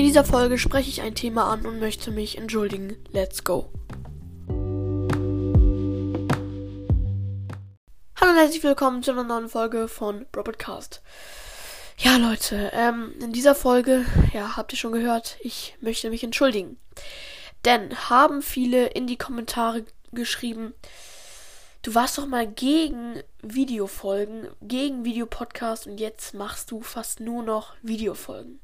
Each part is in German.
dieser Folge spreche ich ein Thema an und möchte mich entschuldigen. Let's go. Hallo und herzlich willkommen zu einer neuen Folge von Broadcast. Ja, Leute, in dieser Folge, habt ihr schon gehört, ich möchte mich entschuldigen. Denn haben viele in die Kommentare geschrieben, du warst doch mal gegen Videofolgen, gegen Videopodcast und jetzt machst du fast nur noch Videofolgen.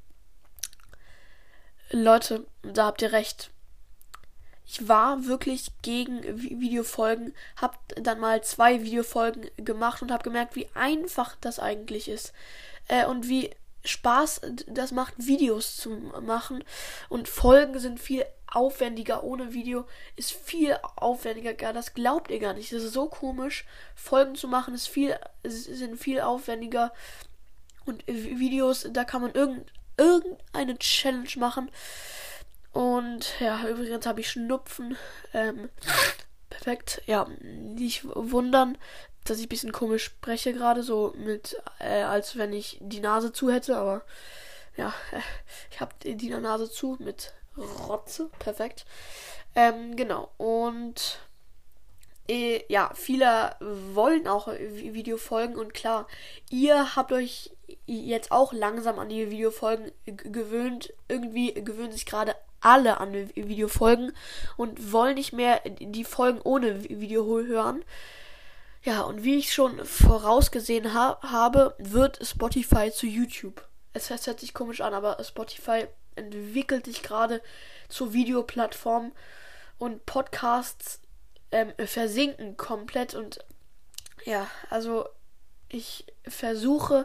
Leute, da habt ihr recht. Ich war wirklich gegen Videofolgen, hab dann mal 2 Videofolgen gemacht und hab gemerkt, wie einfach das eigentlich ist. Und wie Spaß das macht, Videos zu machen. Und Folgen sind viel aufwendiger. Ohne Video ist viel aufwendiger. Das glaubt ihr gar nicht. Das ist so komisch. Folgen zu machen sind viel aufwendiger. Und Videos, da kann man irgendeine Challenge machen. Und ja, übrigens habe ich Schnupfen. Perfekt. Ja, nicht wundern, dass ich ein bisschen komisch spreche gerade, so als wenn ich die Nase zu hätte, aber ja, ich habe die Nase zu mit Rotze. Perfekt. Genau. Und viele wollen auch Videofolgen und klar, ihr habt euch jetzt auch langsam an die Videofolgen gewöhnt. Irgendwie gewöhnen sich gerade alle an Videofolgen und wollen nicht mehr die Folgen ohne Video hören. Ja, und wie ich schon vorausgesehen habe, wird Spotify zu YouTube. Es hört sich komisch an, aber Spotify entwickelt sich gerade zur Videoplattform und Podcasts versinken komplett. Und ja, also ich versuche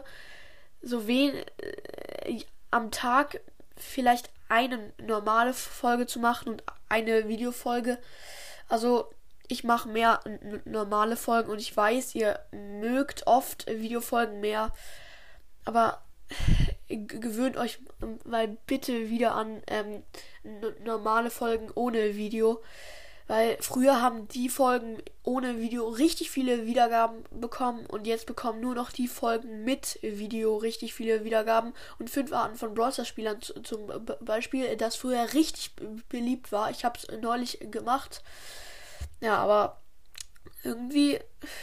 am Tag vielleicht eine normale Folge zu machen und eine Videofolge. Also ich mache mehr normale Folgen und ich weiß, ihr mögt oft Videofolgen mehr, aber gewöhnt euch mal bitte wieder an normale Folgen ohne Video, weil früher haben die Folgen ohne Video richtig viele Wiedergaben bekommen und jetzt bekommen nur noch die Folgen mit Video richtig viele Wiedergaben. Und 5 Arten von Brawl Stars Spielern zum Beispiel, das früher richtig beliebt war. Ich habe es neulich gemacht. Ja, aber irgendwie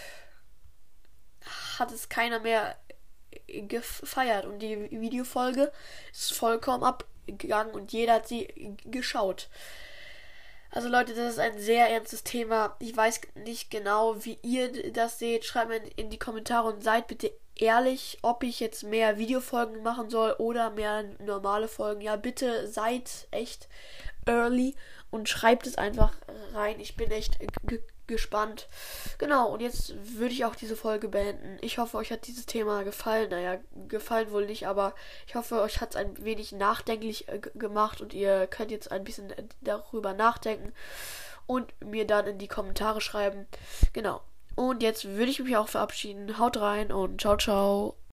hat es keiner mehr gefeiert und die Videofolge ist vollkommen abgegangen und jeder hat sie geschaut. Also Leute, das ist ein sehr ernstes Thema. Ich weiß nicht genau, wie ihr das seht. Schreibt mir in die Kommentare und seid bitte ehrlich, ob ich jetzt mehr Videofolgen machen soll oder mehr normale Folgen. Ja, bitte seid echt early und schreibt es einfach rein. Ich bin echt gespannt. Genau, und jetzt würde ich auch diese Folge beenden. Ich hoffe, euch hat dieses Thema gefallen. Naja, gefallen wohl nicht, aber ich hoffe, euch hat es ein wenig nachdenklich gemacht und ihr könnt jetzt ein bisschen darüber nachdenken und mir dann in die Kommentare schreiben. Genau. Und jetzt würde ich mich auch verabschieden. Haut rein und ciao, ciao.